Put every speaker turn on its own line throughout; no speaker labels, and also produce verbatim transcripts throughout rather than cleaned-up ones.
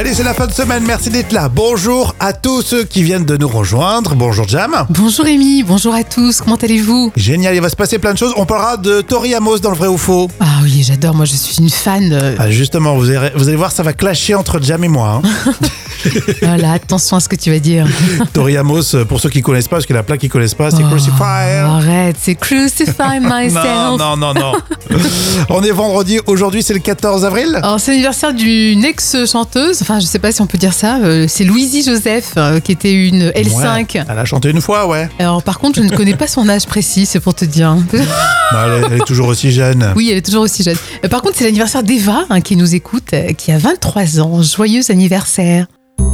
Allez, c'est la fin de semaine, merci d'être là. Bonjour à tous ceux qui viennent de nous rejoindre. Bonjour Jam.
Bonjour Rémi, bonjour à tous, comment allez-vous?
Génial, il va se passer plein de choses. On parlera de Tori Amos dans le vrai ou faux.
Ah oui, j'adore, moi je suis une fan. euh,
Ah, justement, vous allez, vous allez voir, ça va clasher entre Jam et moi. Hein.
Voilà, attention à ce que tu vas dire.
Tori Amos, pour ceux qui connaissent pas, parce qu'il y en a plein qui connaissent pas, c'est
Oh,
Crucify.
Arrête, c'est Crucify Myself.
Non, non, non, non. On est vendredi, aujourd'hui c'est le quatorze avril.
Alors, c'est l'anniversaire d'une ex-chanteuse, enfin je sais pas si on peut dire ça, euh, c'est Louisie Joseph, euh, qui était une L cinq.
Ouais, elle a chanté une fois, ouais.
Alors par contre, je ne connais pas son âge précis, c'est pour te dire.
Bah, elle, est, elle est toujours aussi jeune.
Oui, elle est toujours aussi jeune. Euh, Par contre, c'est l'anniversaire d'Eva, hein, qui nous écoute, euh, qui a vingt-trois ans. Joyeux anniversaire.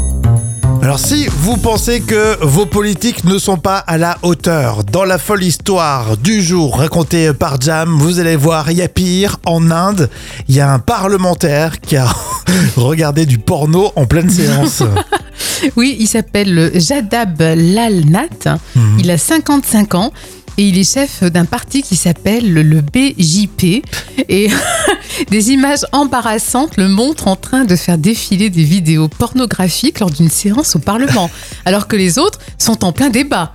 Alors si vous pensez que vos politiques ne sont pas à la hauteur, dans la folle histoire du jour racontée par Jam, vous allez voir, il y a pire. En Inde, il y a un parlementaire qui a regardé du porno en pleine séance.
Oui, il s'appelle Jadab Lal Nath.
Mhm.
Il a cinquante-cinq ans. Et il est chef d'un parti qui s'appelle le B J P. Et des images embarrassantes le montrent en train de faire défiler des vidéos pornographiques lors d'une séance au Parlement, alors que les autres sont en plein débat.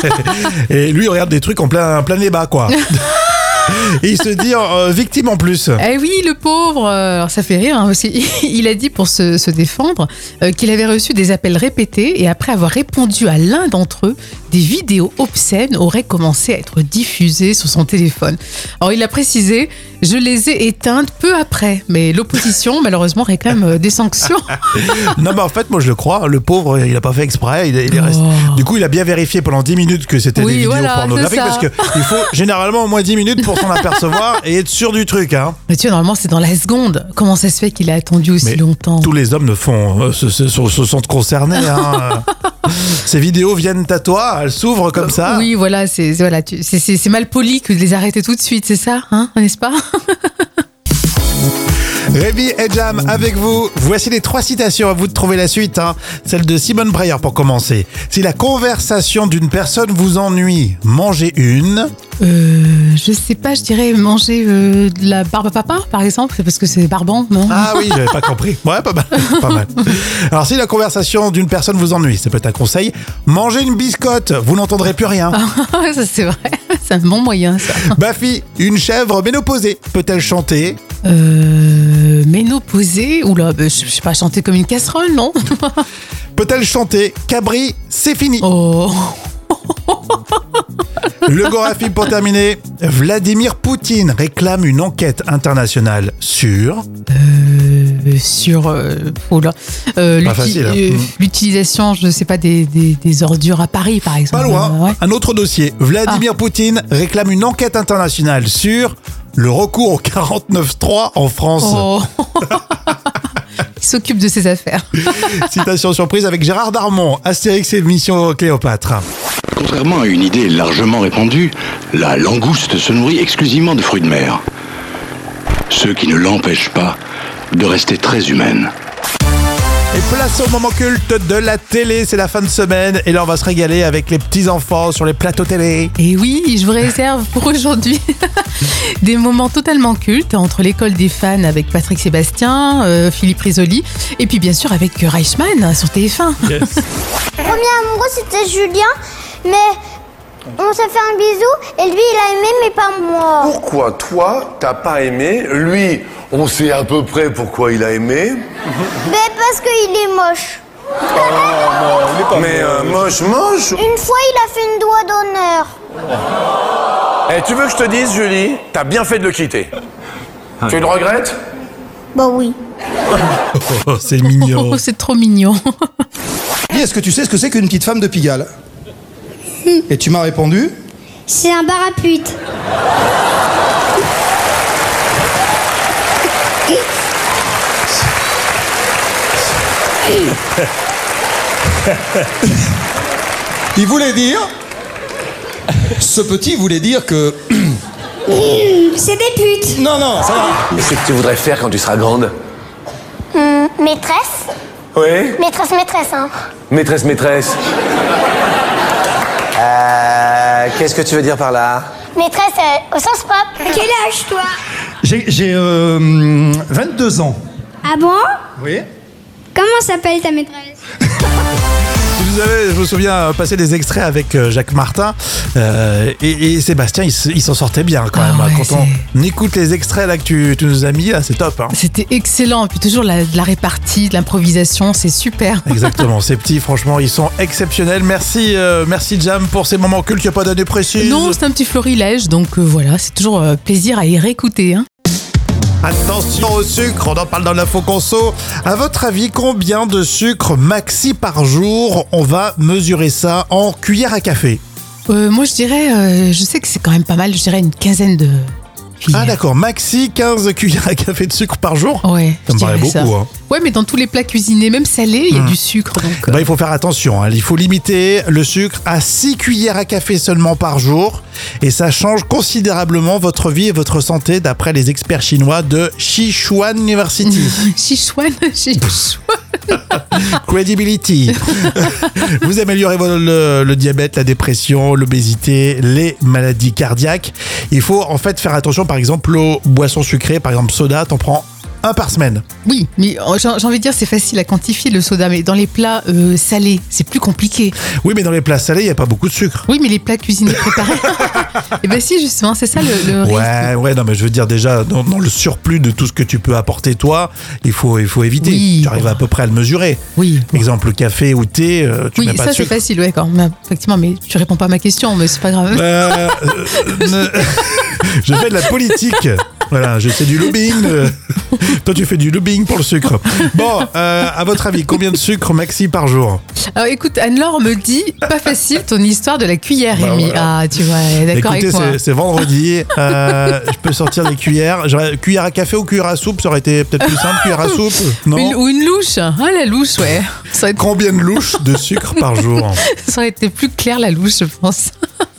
Et lui, il regarde des trucs en plein, plein débat, quoi. Et il se dit euh, victime en plus.
Eh oui, le pauvre, euh, alors ça fait rire hein, aussi. Il a dit pour se, se défendre euh, qu'il avait reçu des appels répétés et après avoir répondu à l'un d'entre eux, des vidéos obscènes auraient commencé à être diffusées sur son téléphone. Alors il a précisé, je les ai éteintes peu après, mais l'opposition malheureusement réclame euh, des sanctions.
Non, mais en fait, moi je le crois. Le pauvre, il a pas fait exprès. Il, il est resté...
Oh.
Du coup, il a bien vérifié pendant dix minutes que c'était
Oui,
des vidéos
voilà,
pornographiques
c'est ça.
parce qu'il faut généralement au moins dix minutes pour s'en apercevoir et être sûr du truc. Hein.
Mais tu vois, normalement c'est dans la seconde. Comment ça se fait qu'il a attendu aussi
Mais
longtemps?
Tous les hommes ne font, euh, se, se, se, se sentent concernés. Hein. Ces vidéos viennent à toi, elles s'ouvrent comme ça.
Oui, voilà, c'est c'est- voilà, tu- c'est- c'est- c'est mal poli que de les arrêter tout de suite, c'est ça, hein, n'est-ce pas?
Rémi et Jam avec vous. Voici les trois citations, à vous de trouver la suite. Hein. Celle de Simone Breyer pour commencer. Si la conversation d'une personne vous ennuie, mangez une.
Euh, je sais pas, je dirais manger euh, de la barbe à papa, par exemple, parce que c'est barbant, non?
Ah oui, j'avais pas compris. Ouais, pas mal, pas mal. Alors si la conversation d'une personne vous ennuie, ça peut être un conseil. Mangez une biscotte, vous n'entendrez plus rien.
Ça c'est vrai, c'est un bon moyen ça.
Bafi, une chèvre ménopausée, peut-elle chanter?
Euh, ménopausée, oula, bah, je je sais pas, chanter comme une casserole, non?
Peut-elle chanter Cabri, c'est fini.
Oh,
Le Gorafi pour terminer. Vladimir Poutine réclame une enquête internationale sur...
euh, sur, euh, oula, euh,
Pas
l'uti-
facile, hein.
euh,
Mm.
l'utilisation, je sais pas, des, des, des ordures à Paris, par exemple.
Pas loin,
Euh, ouais.
un autre dossier. Vladimir Poutine réclame une enquête internationale sur le recours au quarante-neuf trois en France.
Oh. Il s'occupe de ses affaires.
Citation surprise avec Gérard Darmon, Astérix et Mission Cléopâtre.
Contrairement à une idée largement répandue, la langouste se nourrit exclusivement de fruits de mer. Ce qui ne l'empêche pas de rester très humaine.
Et place au moment culte de la télé, c'est la fin de semaine. Et là, on va se régaler avec les petits-enfants sur les plateaux télé.
Et oui, je vous réserve pour aujourd'hui des moments totalement cultes entre l'école des fans avec Patrick Sébastien, euh, Philippe Risoli, et puis bien sûr avec Reichmann sur T F un.
Yes.
Premier amoureux, c'était Julien, mais on s'est fait un bisou et lui, il a aimé, mais pas moi.
Pourquoi toi, t'as pas aimé? Lui, on sait à peu près pourquoi il a aimé.
Mais parce qu'il est moche.
Mais euh, moche, moche.
Une fois, il a fait une doigt d'honneur.
Eh, tu veux que je te dise, Julie, t'as bien fait de le quitter. Tu le regrettes?
Bah oui.
Oh, c'est mignon.
Oh, c'est trop mignon.
Dis, est-ce que tu sais ce que c'est qu'une petite femme de Pigalle? Et tu m'as répondu?
C'est un bar à pute.
Il voulait dire... Ce petit voulait dire que...
C'est des putes.
Non, non, ça va.
Qu'est-ce que tu voudrais faire quand tu seras grande?
Hum, maîtresse
Oui?
Maîtresse, maîtresse, hein.
Maîtresse, maîtresse.
Euh, qu'est-ce que tu veux dire par là?
Maîtresse euh, au sens propre. Quel âge, toi?
J'ai j'ai, euh, vingt-deux ans.
Ah bon?
Oui.
Comment s'appelle ta maîtresse?
Vous avez, je me souviens, passer des extraits avec euh, Jacques Martin euh, et, et Sébastien, il, s- il s'en sortait bien quand
Ah
même.
ouais,
Quand
c'est-
on écoute les extraits là que tu, tu nous as mis, là, c'est top. Hein.
C'était excellent. Et puis toujours la, de la répartie, de l'improvisation, c'est super.
Exactement, ces petits, franchement, ils sont exceptionnels. Merci, euh, merci Jam pour ces moments cultes. Il n'y a pas d'année précise.
Non, c'est un petit florilège, donc euh, voilà, c'est toujours euh, plaisir à y réécouter. Hein.
Attention au sucre, on en parle dans l'info conso. À votre avis, combien de sucre maxi par jour? On va mesurer ça en cuillère à café.
Euh, moi, je dirais, euh, je sais que c'est quand même pas mal, je dirais une quinzaine de cuillères.
Ah d'accord, maxi quinze cuillères à café de sucre par jour.
Ouais,
Ça me
je
paraît
dirais ça.
beaucoup. Hein.
Ouais, mais dans tous les plats cuisinés, même salés, il y a du sucre. Donc,
Eh ben, il faut faire attention, hein. Il faut limiter le sucre à six cuillères à café seulement par jour. Et ça change considérablement votre vie et votre santé d'après les experts chinois de Sichuan University.
Sichuan, Sichuan.
Credibility. Vous améliorez vo- le, le diabète, la dépression, l'obésité, les maladies cardiaques. Il faut en fait faire attention par exemple aux boissons sucrées, par exemple soda, t'en prends un par semaine.
Oui, mais euh, j'ai j'ai envie de dire, c'est facile à quantifier le soda, mais dans les plats euh, salés, c'est plus compliqué.
Oui, mais dans les plats salés, il n'y a pas beaucoup de sucre.
Oui, mais les plats cuisinés préparés. Et ben si, justement, c'est ça le, le risque.
Ouais, ouais, non, mais je veux dire déjà, dans, dans le surplus de tout ce que tu peux apporter toi, il faut, il faut éviter.
Oui,
tu arrives
bon.
à peu près à le mesurer.
Oui.
Exemple, café ou thé, euh, tu
Oui,
mets pas
ça
de
c'est
sucre.
facile, ouais, quand même. Effectivement, mais tu réponds pas à ma question, mais c'est pas grave.
Euh, euh, ne- je fais de la politique. Voilà, je fais du lobbying. euh. Toi, tu fais du lobbying pour le sucre. Bon, euh, à votre avis, combien de sucre maxi par jour?
Alors écoute, Anne-Laure me dit, pas facile ton histoire de la cuillère,
Bah,
Rémi.
voilà.
Ah, tu vois, elle est d'accord
Écoutez,
avec moi.
c'est, c'est vendredi. euh, je peux sortir des cuillères. J'aurais- cuillère à café ou cuillère à soupe, ça aurait été peut-être plus simple. Cuillère à soupe, non?
Une- ou une louche. Ah, la louche, ouais. Ça aurait, été,
Combien de louches de sucre par jour?
ça aurait été plus clair, la louche, je pense.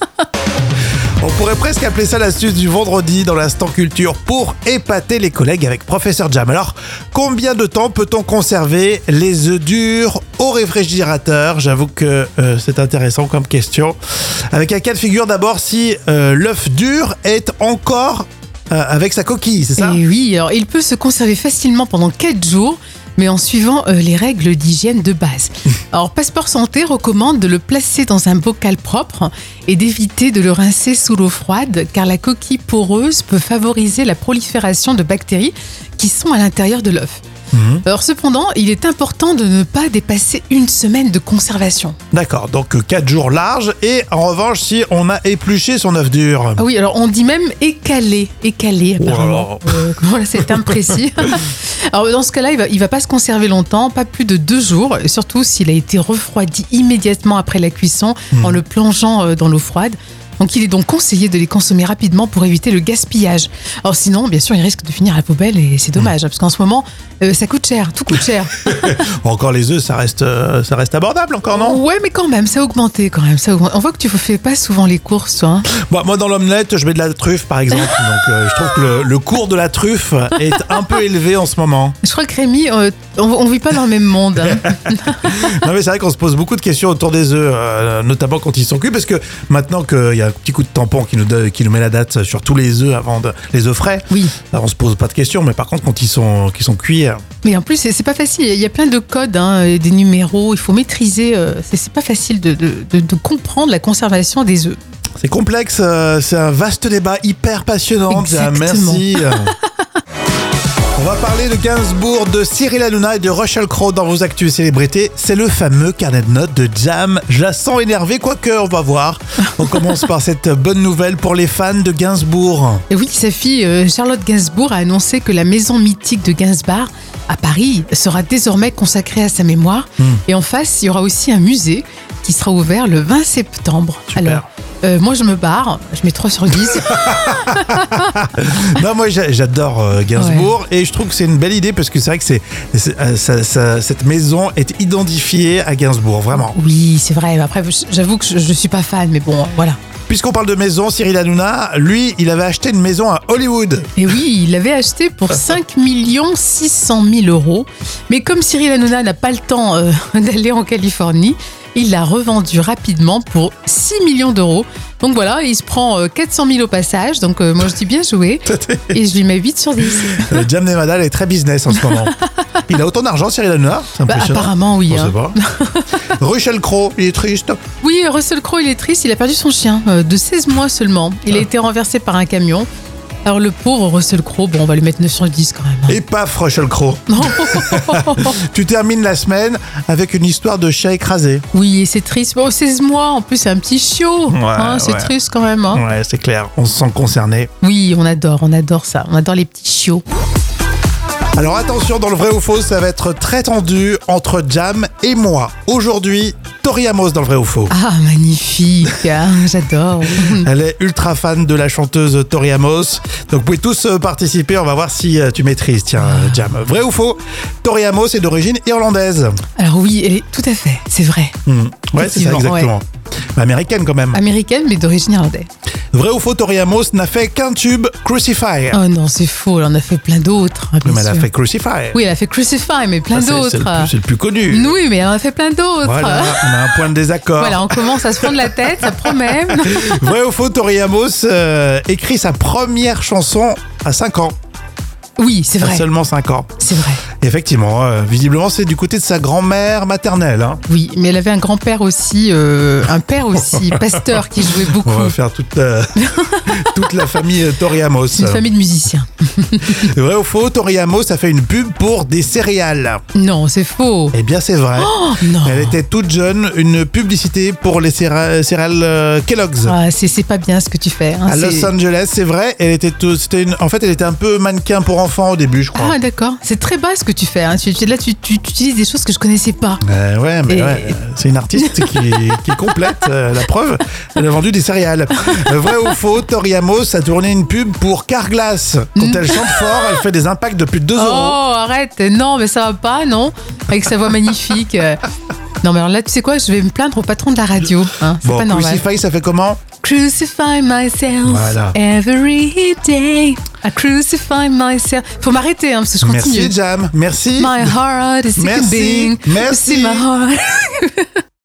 On pourrait presque appeler ça l'astuce du vendredi dans l'instant culture pour épater les collègues avec Professeur Jam. Alors, combien de temps peut-on conserver les œufs durs au réfrigérateur? J'avoue que euh, c'est intéressant comme question. Avec un cas de figure d'abord si euh, l'œuf dur est encore euh, avec sa coquille, c'est ça?
Et oui, alors il peut se conserver facilement pendant quatre jours, mais en suivant euh, les règles d'hygiène de base. Alors, Passeport Santé recommande de le placer dans un bocal propre et d'éviter de le rincer sous l'eau froide, car la coquille poreuse peut favoriser la prolifération de bactéries qui sont à l'intérieur de l'œuf.
Mhm.
Alors cependant, il est important de ne pas dépasser une semaine de conservation.
D'accord, donc quatre jours larges et en revanche si on a épluché son œuf dur.
Ah oui, alors on dit même écalé, écalé apparemment.
Oh là
Euh, voilà, c'est imprécis. Alors dans ce cas-là, il va, il va pas se conserver longtemps, pas plus de deux jours, surtout s'il a été refroidi immédiatement après la cuisson en le plongeant euh, dans l'eau froide. Donc il est donc conseillé de les consommer rapidement pour éviter le gaspillage. Alors sinon, bien sûr, il risque de finir à la poubelle et c'est dommage, hein, parce qu'en ce moment, euh, ça coûte cher, tout coûte cher.
Encore les œufs, ça reste, euh, ça reste abordable encore, non?
Ouais, mais quand même, ça a augmenté quand même. Ça a augmenté. On voit que tu ne fais pas souvent les courses, toi. Hein.
Bon, moi, dans l'omelette, je mets de la truffe, par exemple. Donc, euh, je trouve que le, le cours de la truffe est un peu élevé en ce moment.
Je crois que Rémi, euh, on ne vit pas dans le même monde. Hein.
Non, mais c'est vrai qu'on se pose beaucoup de questions autour des œufs, euh, notamment quand ils sont cuits, parce que maintenant qu'il y a un petit coup de tampon qui nous, donne- qui nous met la date sur tous les œufs avant de, les œufs frais,
Oui.
là, on se pose pas de questions. Mais par contre, quand ils sont, qu'ils sont cuits, euh,
Mais en plus, c'est c'est pas facile. Il y a plein de codes, hein, et des numéros. Il faut maîtriser. euh, c'est c'est pas facile de, de- de- de comprendre la conservation des œufs.
c'est complexe. euh, c'est un vaste débat hyper passionnant. Jam.
Exactement.
Merci. On va parler de Gainsbourg, de Cyril Hanouna et de Russell Crowe dans vos actus célébrités. C'est le fameux carnet de notes de Jam. Je la sens énervée, quoique, on va voir. On commence par cette bonne nouvelle pour les fans de Gainsbourg.
Et oui, sa fille euh, Charlotte Gainsbourg a annoncé que la maison mythique de Gainsbourg à Paris sera désormais consacrée à sa mémoire.
Hmm.
Et en face, il y aura aussi un musée qui sera ouvert le vingt septembre.
Super.
Alors, euh, moi, je me barre. Je mets trois sur dix.
Non, moi j'a- j'adore euh, Gainsbourg et je trouve que c'est une belle idée parce que c'est vrai que c'est, c'est- euh, ça- ça- cette maison est identifiée à Gainsbourg, vraiment.
Oui, c'est vrai. Après, j'avoue que je ne suis pas fan, mais bon, voilà.
Puisqu'on parle de maison, Cyril Hanouna, lui, il avait acheté une maison à Hollywood.
Et oui, il l'avait acheté pour cinq millions six cent mille euros. Mais comme Cyril Hanouna n'a pas le temps euh, d'aller en Californie, Il l'a revendu rapidement pour six millions d'euros. Donc voilà, il se prend euh, quatre cent mille au passage. Donc euh, moi je dis bien joué. Et je lui mets huit sur dix.
Le Jam Nevada est très business en ce moment. Il a autant d'argent, Cyril Hanouna? C'est
Bah,
impressionnant.
apparemment, oui.
On
hein.
sait pas. Russell Crowe, il est triste.
Oui, Russell Crowe, il est triste. Il a perdu son chien euh, de seize mois seulement. Il a été renversé par un camion. Alors le pauvre Russell Crowe, bon, on va lui mettre neuf sur dix quand même. hein.
Et paf, Russell Crowe. Tu termines la semaine avec une histoire de chat écrasé.
Oui, et c'est triste. Bon, seize mois, en plus, c'est un petit chiot. Hein, c'est
ouais.
triste quand même. hein.
Ouais, c'est clair. On se sent concerné.
Oui, on adore, on adore ça. On adore les petits chiots.
Alors attention, dans le vrai ou faux, ça va être très tendu entre Jam et moi. Aujourd'hui, Tori Amos dans le vrai ou faux.
Ah, magnifique. Ah, j'adore.
Elle est ultra fan de la chanteuse Tori Amos. Donc vous pouvez tous euh, participer, on va voir si euh, tu maîtrises. Tiens, euh, Jam, vrai ou faux? Tori Amos est d'origine irlandaise.
Alors oui, elle est tout à fait, c'est vrai.
Hmm. Ouais, c'est ça,
Effectivement,
exactement. Mais américaine quand même.
Américaine, mais d'origine irlandaise.
Vrai ou faux, Tori Amos n'a fait qu'un tube, Crucify.
Oh non, c'est faux, elle en a fait plein d'autres. hein, bien
Mais elle a
sûr.
fait Crucify.
Oui, elle a fait Crucify, mais plein
Ah, c'est-
d'autres.
C'est le, plus- c'est le plus connu.
Oui, mais elle en a fait plein d'autres.
Voilà, on a un point de désaccord.
Voilà, on commence à se prendre la tête, ça promet.
Vrai ou faux, Tori Amos euh, écrit sa première chanson à cinq ans.
Oui, c'est
À
vrai.
seulement cinq ans.
C'est vrai.
Effectivement, euh, visiblement, c'est du côté de sa grand-mère maternelle. Hein.
Oui, mais elle avait un grand-père aussi, euh, un père aussi, pasteur, qui jouait beaucoup.
On va faire toute, euh, toute la famille euh, Tori Amos.
C'est une famille de musiciens.
Vrai ou faux, Tori Amos a fait une pub pour des céréales.
Non, c'est faux.
Eh bien, c'est vrai.
Oh, non.
Elle était toute jeune, une publicité pour les céra- céréales euh, Kellogg's.
Ah, c'est c'est pas bien ce que tu fais. hein,
À Los
c'est-
Angeles, c'est vrai. Elle était, tout- c'était une, en fait, elle était un peu mannequin pour enfants au début, je crois.
Ah, d'accord. C'est très bas ce que tu fais. hein. Tu, tu- là, tu, tu- tu utilises des choses que je connaissais pas.
Euh, ouais, mais
Et-
ouais, euh, c'est une artiste qui est, qui est complète. euh, la preuve, elle a vendu des céréales. Euh, Vrai ou faux, Tori Amos a tourné une pub pour Carglass. Quand elle chante fort, elle fait des impacts de plus de deux euros.
Oh, arrête. Non, mais ça va pas, non. Avec sa voix magnifique. euh. Non, mais alors là, tu sais quoi, je vais me plaindre au patron de la radio. hein. C'est
Bon,
pas normal.
Crucify, ça fait comment?
Crucify myself
Voilà.
every day. I crucify myself. Faut m'arrêter, hein, parce que je continue.
Merci, Jam. Merci.
My heart is sick
Merci.
of being.
Merci.
See my heart.